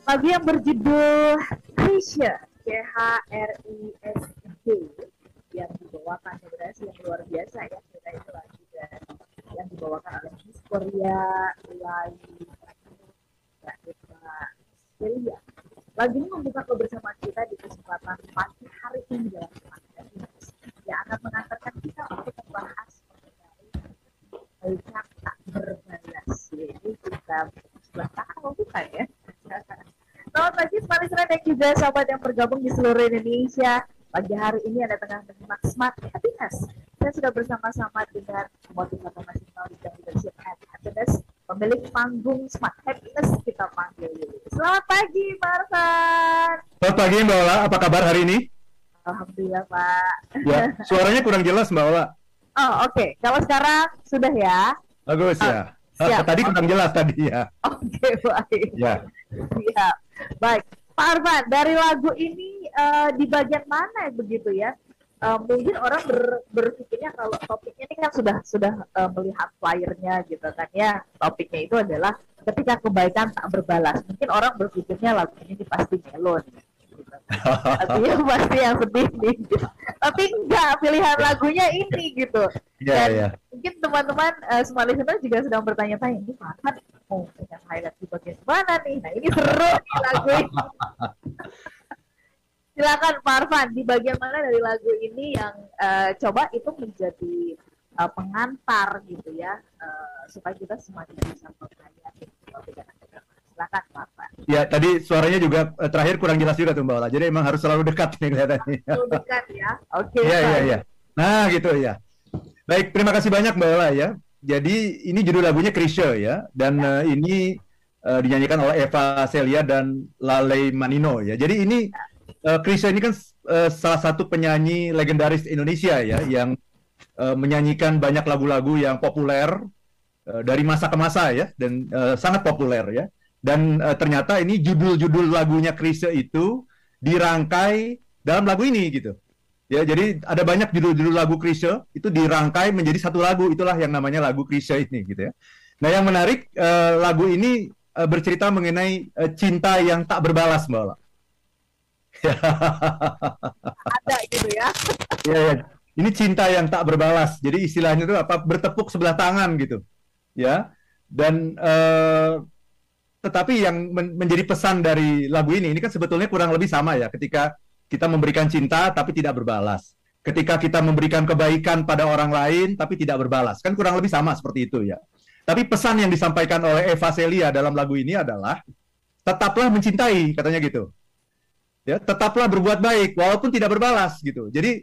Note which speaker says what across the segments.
Speaker 1: Lagu yang berjudul Krisya, Chrisd, yang dibawakan sebenarnya yang luar biasa ya, kita itu lagu dari yang dibawakan oleh Miss Korea, Lain, Mbak Eva Celia. Lagu ini membuka kebersamaan kita di kesempatan pagi hari ini dalam Semangat yang akan mengantarkan kita untuk membahas mengenai baikan tak berbalas. Jadi kita sebelah tahu bukan ya? Selamat pagi Smart Listener dan juga sahabat yang bergabung di seluruh Indonesia. Pagi hari ini Anda tengah menyimak Smart Happiness. Saya sudah bersama-sama dengan motivator nasional di Leadership and Happiness, pemilik panggung Smart Happiness, kita panggil Yuli. Selamat pagi, Marvan.
Speaker 2: Selamat pagi, Mbak Ola. Apa kabar hari ini?
Speaker 1: Alhamdulillah, Pak.
Speaker 2: Ya, suaranya kurang jelas, Mbak Ola.
Speaker 1: Oh, oke. Kalau sekarang sudah ya?
Speaker 2: Bagus ya.
Speaker 1: Siap.
Speaker 2: Tadi kurang jelas tadi ya.
Speaker 1: Oke, baik.
Speaker 2: Ya.
Speaker 1: Siap. Baik. Pak Arfan, dari lagu ini di bagian mana begitu ya? Mungkin orang berpikirnya kalau topiknya ini kan sudah melihat flyernya gitu kan ya, topiknya itu adalah ketika kebaikan tak berbalas. Mungkin orang berpikirnya lagu ini pasti melon gitu. Artinya pasti yang sedih nih gitu. Tapi enggak, pilihan lagunya ini gitu. Dan mungkin teman-teman Smart Listener juga sedang bertanya-tanya, ini Pak Arfan mau punya highlight di bagian mana nih? Nah ini seru nih lagu ini. Silakan Pak Arfan, di bagian mana dari lagu ini yang coba itu menjadi pengantar gitu ya, supaya kita semakin bisa percaya. Silakan Pak Arfan.
Speaker 2: Ya, tadi suaranya juga terakhir kurang jelas juga tuh Mbak Ola. Jadi emang harus selalu dekat nih kelihatannya.
Speaker 1: Selalu dekat ya. Oke.
Speaker 2: Iya. Nah, gitu ya. Baik, terima kasih banyak Mbak Ola ya. Jadi ini judul lagunya Krisya ya, dan ini dinyanyikan oleh Eva Celia dan Lale Manino ya. Jadi ini Krisya ini kan salah satu penyanyi legendaris Indonesia ya, yang menyanyikan banyak lagu-lagu yang populer dari masa ke masa ya, dan sangat populer ya. Dan ternyata ini judul-judul lagunya Krisya itu dirangkai dalam lagu ini gitu. Ya, jadi ada banyak judul-judul lagu Krisya itu dirangkai menjadi satu lagu, itulah yang namanya lagu Krisya ini gitu ya. Nah, yang menarik lagu ini bercerita mengenai cinta yang tak berbalas, Mbak Ola.
Speaker 1: Ada gitu ya.
Speaker 2: Ya. Ini cinta yang tak berbalas. Jadi istilahnya itu apa? Bertepuk sebelah tangan gitu. Ya. Dan tetapi yang menjadi pesan dari lagu ini kan sebetulnya kurang lebih sama ya, ketika kita memberikan cinta tapi tidak berbalas. Ketika kita memberikan kebaikan pada orang lain tapi tidak berbalas. Kan kurang lebih sama seperti itu ya. Tapi pesan yang disampaikan oleh Eva Celia dalam lagu ini adalah tetaplah mencintai, katanya gitu. Ya, tetaplah berbuat baik walaupun tidak berbalas gitu. Jadi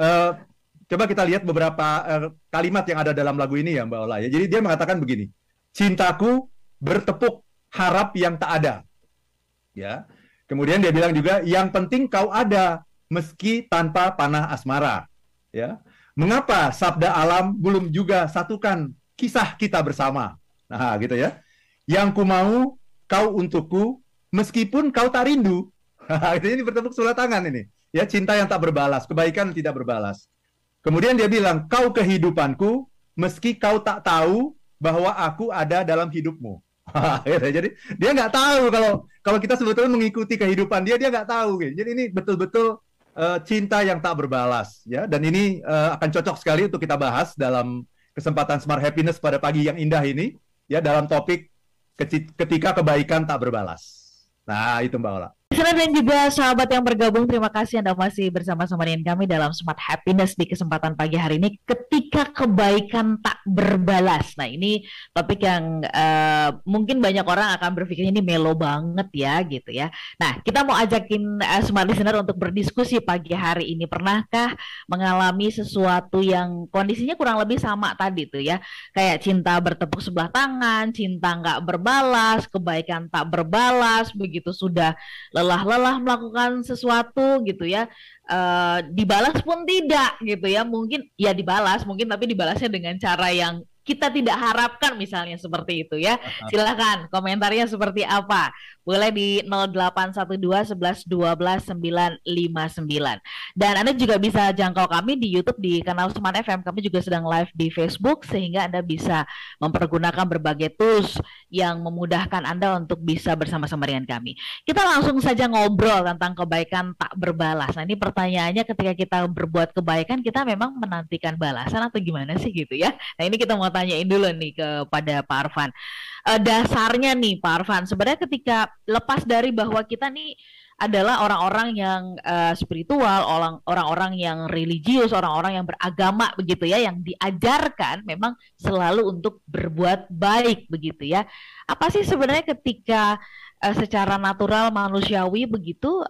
Speaker 2: coba kita lihat beberapa kalimat yang ada dalam lagu ini ya Mbak Ola ya. Jadi dia mengatakan begini, cintaku bertepuk harap yang tak ada. Ya. Kemudian dia bilang juga, yang penting kau ada meski tanpa panah asmara. Ya. Mengapa sabda alam belum juga satukan kisah kita bersama? Nah, gitu ya. Yang ku mau kau untukku meskipun kau tak rindu. Ini bertepuk sebelah tangan ini. Ya, cinta yang tak berbalas, kebaikan tidak berbalas. Kemudian dia bilang, kau kehidupanku meski kau tak tahu bahwa aku ada dalam hidupmu. Jadi dia nggak tahu kalau kita sebetulnya mengikuti kehidupan dia nggak tahu. Gitu. Jadi ini betul-betul cinta yang tak berbalas. Ya, dan ini akan cocok sekali untuk kita bahas dalam kesempatan Smart Happiness pada pagi yang indah ini. Ya, dalam topik ketika kebaikan tak berbalas. Nah, itu Mbak Ola.
Speaker 1: Dan juga sahabat yang bergabung, terima kasih Anda masih bersama-sama dengan kami dalam Smart Happiness di kesempatan pagi hari ini, ketika kebaikan tak berbalas. Nah, ini topik yang mungkin banyak orang akan berpikir ini melo banget ya gitu ya. Nah, kita mau ajakin Smart Listener untuk berdiskusi pagi hari ini. Pernahkah mengalami sesuatu yang kondisinya kurang lebih sama tadi tuh ya, kayak cinta bertepuk sebelah tangan, cinta nggak berbalas, kebaikan tak berbalas, begitu sudah lelah melakukan sesuatu gitu ya, dibalas pun tidak gitu ya, mungkin ya dibalas mungkin, tapi dibalasnya dengan cara yang kita tidak harapkan misalnya seperti itu ya. Silakan komentarnya seperti apa, boleh di 0812 11 12 959. Dan Anda juga bisa jangkau kami di YouTube di kanal Smart FM. Kami juga sedang live di Facebook, sehingga Anda bisa mempergunakan berbagai tools yang memudahkan Anda untuk bisa bersama-sama dengan kami. Kita langsung saja ngobrol tentang kebaikan tak berbalas. Nah, ini pertanyaannya, ketika kita berbuat kebaikan, kita memang menantikan balasan atau gimana sih gitu ya? Nah, ini kita mau tanyain dulu nih kepada Pak Arfan. Dasarnya nih Pak Arfan, sebenarnya ketika lepas dari bahwa kita nih adalah orang-orang yang spiritual, orang-orang yang religius, orang-orang yang beragama begitu ya, yang diajarkan memang selalu untuk berbuat baik begitu ya. Apa sih sebenarnya ketika secara natural manusiawi begitu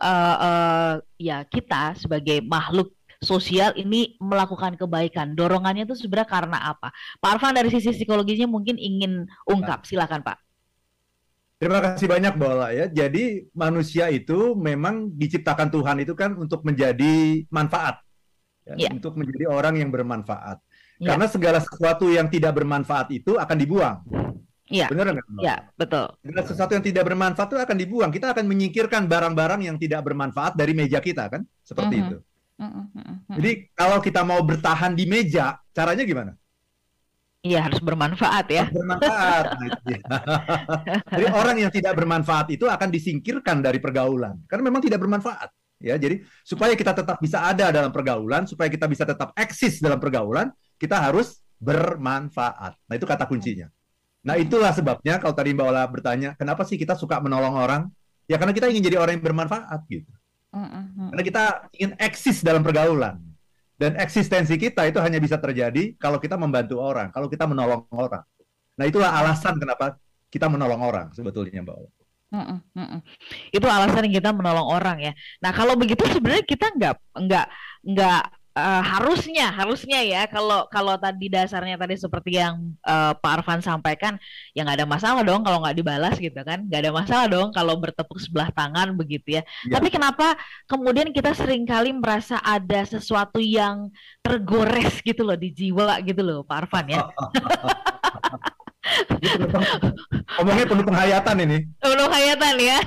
Speaker 1: ya kita sebagai makhluk sosial ini melakukan kebaikan, dorongannya itu sebenarnya karena apa? Pak Arfan dari sisi psikologisnya mungkin ingin ungkap, silakan Pak.
Speaker 2: Terima kasih banyak Mbak Ola ya. Jadi manusia itu memang diciptakan Tuhan itu kan untuk menjadi manfaat, ya, untuk menjadi orang yang bermanfaat. Karena segala sesuatu yang tidak bermanfaat itu akan dibuang. Benar nggak Mbak?
Speaker 1: Iya, betul.
Speaker 2: Segala sesuatu yang tidak bermanfaat itu akan dibuang. Kita akan menyingkirkan barang-barang yang tidak bermanfaat dari meja kita kan, seperti itu. Jadi kalau kita mau bertahan di meja, caranya gimana?
Speaker 1: Iya, harus bermanfaat ya.
Speaker 2: Bermanfaat. Jadi orang yang tidak bermanfaat itu akan disingkirkan dari pergaulan karena memang tidak bermanfaat. Ya, jadi supaya kita tetap bisa ada dalam pergaulan, supaya kita bisa tetap eksis dalam pergaulan, kita harus bermanfaat. Nah, itu kata kuncinya. Nah, itulah sebabnya kalau tadi Mbak Ola bertanya, kenapa sih kita suka menolong orang? Ya karena kita ingin jadi orang yang bermanfaat gitu. Karena kita ingin eksis dalam pergaulan. Dan eksistensi kita itu hanya bisa terjadi kalau kita membantu orang, kalau kita menolong orang. Nah, itulah alasan kenapa kita menolong orang sebetulnya, Mbak Ola.
Speaker 1: Itu alasan kita menolong orang ya. Nah, kalau begitu sebenarnya kita nggak harusnya ya, kalau tadi dasarnya tadi seperti yang Pak Arfan sampaikan, ya nggak ada masalah dong kalau nggak dibalas gitu kan, nggak ada masalah dong kalau bertepuk sebelah tangan begitu ya. Tapi kenapa kemudian kita seringkali merasa ada sesuatu yang tergores gitu loh di jiwa gitu loh Pak Arfan ya?
Speaker 2: Ngomongnya penuh penghayatan ini.
Speaker 1: Penuh hayatan ya.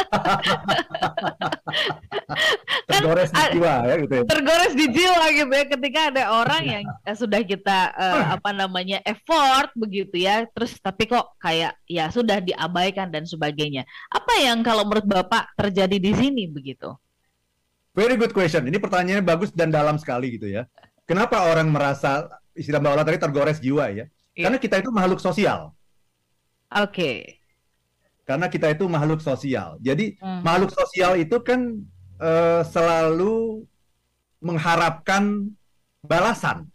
Speaker 2: Tergores di jiwa ya gitu ya.
Speaker 1: Tergores di jiwa gitu ya, ketika ada orang yang sudah kita effort begitu ya, terus tapi kok kayak ya sudah diabaikan dan sebagainya. Apa yang kalau menurut Bapak terjadi di sini begitu?
Speaker 2: Very good question. Ini pertanyaannya bagus dan dalam sekali gitu ya. Kenapa orang merasa, istilah Mbak Ola tadi, tergores jiwa ya? Karena kita itu makhluk sosial.
Speaker 1: Oke.
Speaker 2: Karena kita itu makhluk sosial. Jadi makhluk sosial itu kan selalu mengharapkan balasan.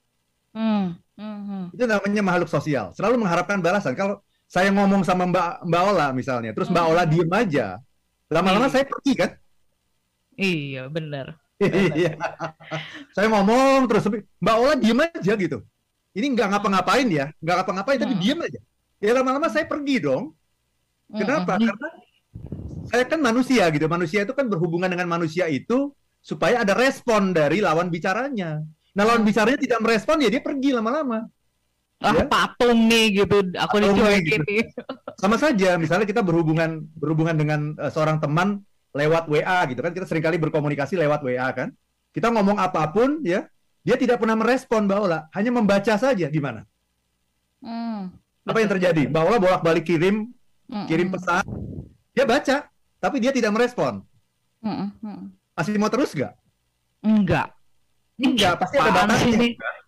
Speaker 2: Itu namanya makhluk sosial. Selalu mengharapkan balasan. Kalau saya ngomong sama Mbak Ola misalnya, terus Mbak Ola diem aja, lama-lama saya pergi kan?
Speaker 1: Iya, benar.
Speaker 2: Iya. Saya ngomong terus, Mbak Ola diem aja gitu. Ini nggak ngapa-ngapain ya, nggak ngapa-ngapain tapi diem aja. Ya lama-lama saya pergi dong. Kenapa? Karena saya kan manusia gitu. Manusia itu kan berhubungan dengan manusia itu supaya ada respon dari lawan bicaranya. Nah, lawan bicaranya tidak merespon, ya dia pergi lama-lama.
Speaker 1: Ya? Patung nih gitu, aku dicuekin nih.
Speaker 2: Sama saja, misalnya kita berhubungan dengan seorang teman lewat WA gitu kan. Kita seringkali berkomunikasi lewat WA kan. Kita ngomong apapun ya, dia tidak pernah merespon Mbak Ola, hanya membaca saja. Gimana? Apa yang terjadi? Mbak Ola bolak-balik kirim pesan, dia baca, tapi dia tidak merespon. Masih mau terus nggak?
Speaker 1: Enggak,
Speaker 2: pasti ada batasnya.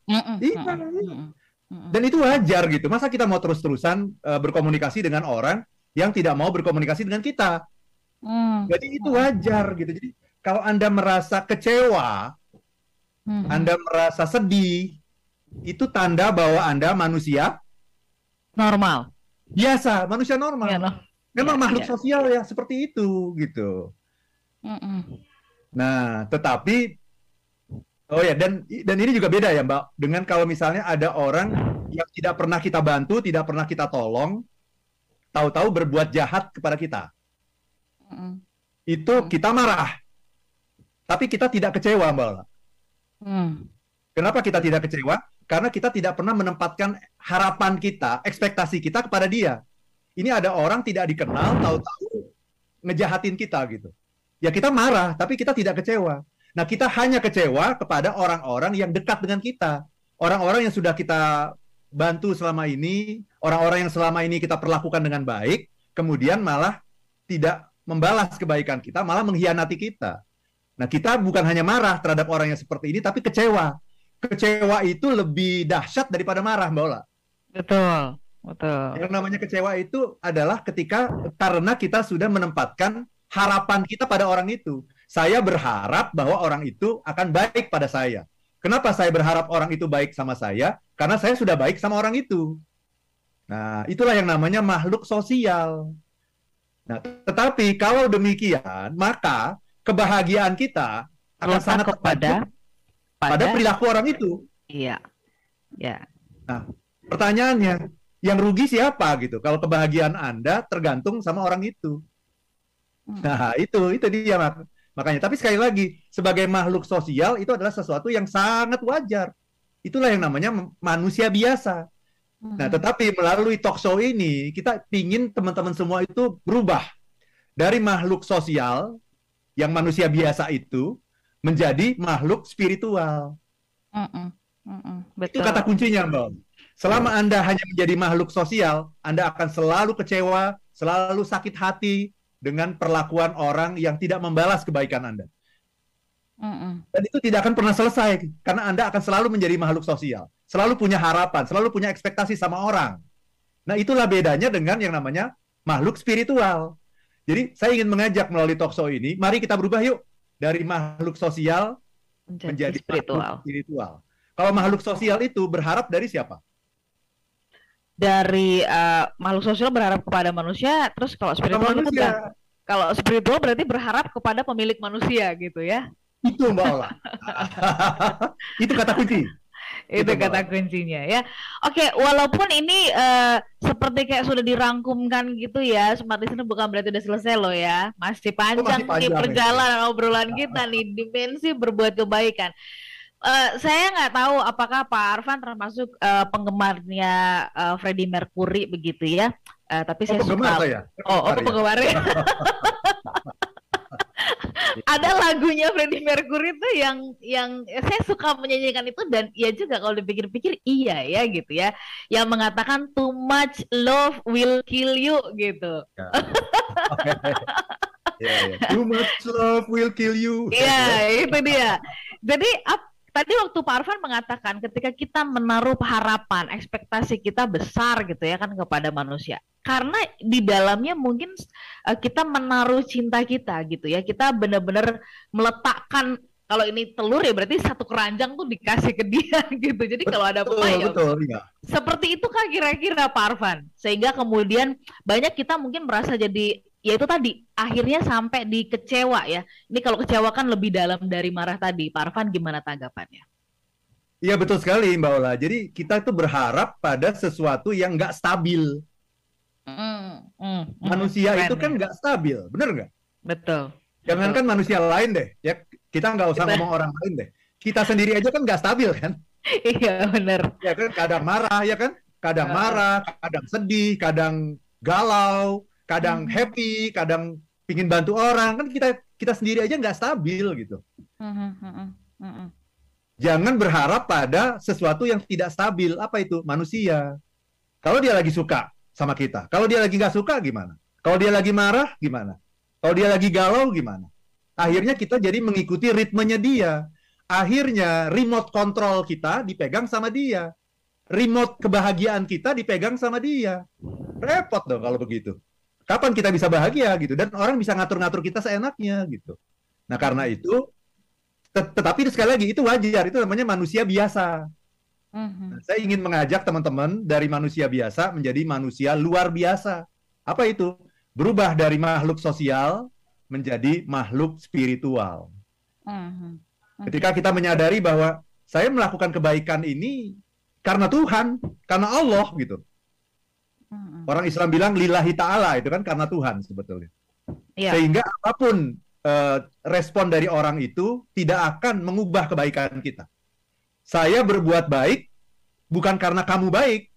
Speaker 2: Dan itu wajar gitu. Masa kita mau terus-terusan berkomunikasi dengan orang yang tidak mau berkomunikasi dengan kita? Jadi itu wajar gitu. Jadi kalau Anda merasa kecewa, Anda merasa sedih, itu tanda bahwa Anda manusia
Speaker 1: normal.
Speaker 2: Biasa, manusia normal.
Speaker 1: Ya,
Speaker 2: Memang makhluk sosial ya seperti itu gitu. Nah, tetapi dan ini juga beda ya, Mbak, dengan kalau misalnya ada orang yang tidak pernah kita bantu, tidak pernah kita tolong, tahu-tahu berbuat jahat kepada kita. Itu kita marah. Tapi kita tidak kecewa, Mbak Ola. Kenapa kita tidak kecewa? Karena kita tidak pernah menempatkan harapan kita, ekspektasi kita kepada dia. Ini ada orang tidak dikenal, tahu-tahu ngejahatin kita gitu. Ya kita marah, tapi kita tidak kecewa. Nah, kita hanya kecewa kepada orang-orang yang dekat dengan kita. Orang-orang yang sudah kita bantu selama ini, Orang-orang yang selama ini kita perlakukan dengan baik, kemudian malah tidak membalas kebaikan kita, malah mengkhianati kita. Nah, kita bukan hanya marah terhadap orang yang seperti ini, tapi kecewa. Kecewa itu lebih dahsyat daripada marah, Mbak Ola.
Speaker 1: Betul, betul.
Speaker 2: Yang namanya kecewa itu adalah karena kita sudah menempatkan harapan kita pada orang itu. Saya berharap bahwa orang itu akan baik pada saya. Kenapa saya berharap orang itu baik sama saya? Karena saya sudah baik sama orang itu. Nah, itulah yang namanya makhluk sosial. Nah, tetapi kalau demikian, maka kebahagiaan kita akan sangat terpacu pada perilaku orang itu.
Speaker 1: Iya, ya.
Speaker 2: Nah, pertanyaannya, yang rugi siapa gitu? Kalau kebahagiaan Anda tergantung sama orang itu. Nah, itu dia makanya. Tapi sekali lagi, sebagai makhluk sosial itu adalah sesuatu yang sangat wajar. Itulah yang namanya manusia biasa. Nah, tetapi melalui talk show ini, kita ingin teman-teman semua itu berubah dari makhluk sosial yang manusia biasa itu menjadi makhluk spiritual. Itu kata kuncinya, Mbak. Selama Anda hanya menjadi makhluk sosial, Anda akan selalu kecewa, selalu sakit hati dengan perlakuan orang yang tidak membalas kebaikan Anda. Dan itu tidak akan pernah selesai, karena Anda akan selalu menjadi makhluk sosial. Selalu punya harapan, selalu punya ekspektasi sama orang. Nah, itulah bedanya dengan yang namanya makhluk spiritual. Jadi, saya ingin mengajak melalui talk show ini, mari kita berubah yuk. Dari makhluk sosial menjadi makhluk spiritual. Kalau makhluk sosial itu berharap dari siapa?
Speaker 1: Dari makhluk sosial berharap kepada manusia, terus kalau spiritual itu kan, kalau spiritual berarti berharap kepada pemilik manusia gitu ya.
Speaker 2: Itu Mbak Ola. Itu kata kunci.
Speaker 1: Itu kata kuncinya ya. Oke, walaupun ini seperti kayak sudah dirangkumkan gitu ya, Smart Listener, bukan berarti udah selesai loh ya. Masih panjang nih perjalanan obrolan kita nih, dimensi berbuat kebaikan. Saya nggak tahu apakah Pak Arfan termasuk penggemarnya Freddie Mercury begitu ya. Tapi saya
Speaker 2: penggemar
Speaker 1: suka.
Speaker 2: Saya.
Speaker 1: Penggemarnya. Ada lagunya Freddie Mercury itu yang saya suka menyanyikan itu, dan iya juga kalau dipikir-pikir iya ya gitu ya, yang mengatakan too much love will kill you gitu.
Speaker 2: Too much love will kill you.
Speaker 1: Iya, itu dia. Jadi tadi waktu Pak Arfan mengatakan ketika kita menaruh harapan, ekspektasi kita besar gitu ya kan kepada manusia. Karena di dalamnya mungkin kita menaruh cinta kita gitu ya. Kita benar-benar meletakkan, kalau ini telur ya berarti satu keranjang tuh dikasih ke dia gitu. Jadi kalau ada apa-apa ya. Seperti itu kan kira-kira Pak Arfan. Sehingga kemudian banyak kita mungkin merasa jadi, ya itu tadi, akhirnya sampai dikecewa ya. Ini kalau kecewa kan lebih dalam dari marah tadi. Pak Arfan gimana tanggapannya?
Speaker 2: Iya betul sekali Mbak Ola. Jadi kita itu berharap pada sesuatu yang nggak stabil. Manusia itu kan nggak stabil, bener nggak?
Speaker 1: Betul.
Speaker 2: Jangankan manusia lain deh, ya kita nggak usah ngomong orang lain deh. Kita sendiri aja kan nggak stabil kan?
Speaker 1: Iya bener.
Speaker 2: Ya kan kadang marah, ya kan? Kadang marah, kadang sedih, kadang galau, kadang happy, kadang pingin bantu orang. Kan kita sendiri aja nggak stabil gitu. Jangan berharap pada sesuatu yang tidak stabil. Apa itu? Manusia. Kalau dia lagi suka sama kita, kalau dia lagi nggak suka gimana? Kalau dia lagi marah gimana? Kalau dia lagi galau gimana? Akhirnya kita jadi mengikuti ritmenya dia. Akhirnya remote control kita dipegang sama dia. Remote kebahagiaan kita dipegang sama dia. Repot dong kalau begitu. Kapan kita bisa bahagia gitu? Dan orang bisa ngatur-ngatur kita seenaknya gitu. Nah karena itu, tetapi sekali lagi itu wajar. Itu namanya manusia biasa. Nah, saya ingin mengajak teman-teman dari manusia biasa menjadi manusia luar biasa. Apa itu? Berubah dari makhluk sosial menjadi makhluk spiritual. Ketika kita menyadari bahwa saya melakukan kebaikan ini karena Tuhan, karena Allah gitu. Orang Islam bilang lillahi ta'ala, itu kan karena Tuhan sebetulnya. Sehingga apapun respon dari orang itu tidak akan mengubah kebaikan kita. Saya berbuat baik bukan karena kamu baik.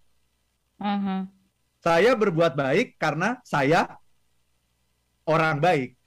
Speaker 2: Saya berbuat baik karena saya orang baik.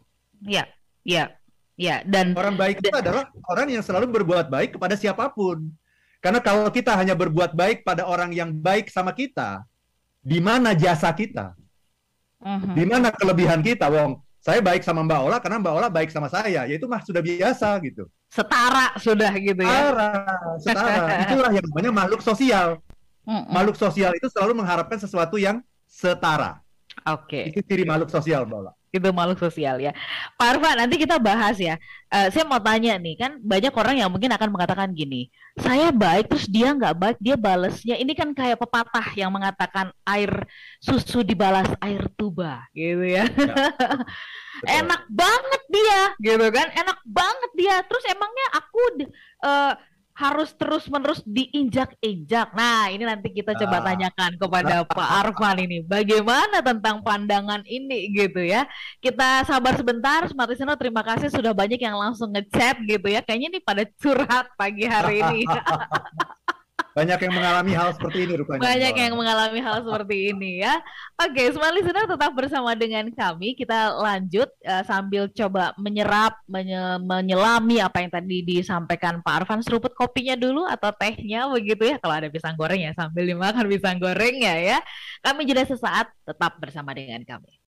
Speaker 2: Dan orang baik itu adalah orang yang selalu berbuat baik kepada siapapun. Karena kalau kita hanya berbuat baik pada orang yang baik sama kita, di mana jasa kita, di
Speaker 1: Mhm.
Speaker 2: mana kelebihan kita. Wong, saya baik sama Mbak Ola karena Mbak Ola baik sama saya. Ya itu mah sudah biasa gitu.
Speaker 1: Setara sudah gitu ya.
Speaker 2: Setara, setara. Itulah yang namanya makhluk sosial.
Speaker 1: Mm-mm.
Speaker 2: Makhluk sosial itu selalu mengharapkan sesuatu yang setara.
Speaker 1: Oke.
Speaker 2: Itu ciri makhluk sosial, Mbak Ola.
Speaker 1: Itu makhluk sosial ya. Pak Arfan, nanti kita bahas ya. Saya mau tanya nih, kan banyak orang yang mungkin akan mengatakan gini, saya baik terus dia nggak baik, dia balesnya. Ini kan kayak pepatah yang mengatakan air susu dibalas air tuba, gitu ya.
Speaker 2: Ya, betul.
Speaker 1: Enak banget dia, gitu kan? Enak banget dia. Terus emangnya aku eh, harus terus-menerus diinjak-injak. Nah, ini nanti kita coba
Speaker 2: Nah,
Speaker 1: tanyakan kepada Pak Arfan ini. Bagaimana tentang pandangan ini gitu ya. Kita sabar sebentar, Smart Listener, terima kasih sudah banyak yang langsung ngechat gitu ya. Kayaknya ini pada curhat pagi hari ini.
Speaker 2: banyak yang mengalami hal seperti ini rupanya, Mbak
Speaker 1: Banyak
Speaker 2: Ola.
Speaker 1: yang mengalami hal seperti ini ya. Oke, Smart Listener tetap bersama dengan kami. Kita lanjut sambil coba menyerap, menyelami apa yang tadi disampaikan Pak Arfan. Seruput kopinya dulu atau tehnya begitu ya. Kalau ada pisang goreng ya sambil dimakan pisang gorengnya ya. Kami jeda sesaat, tetap bersama dengan kami.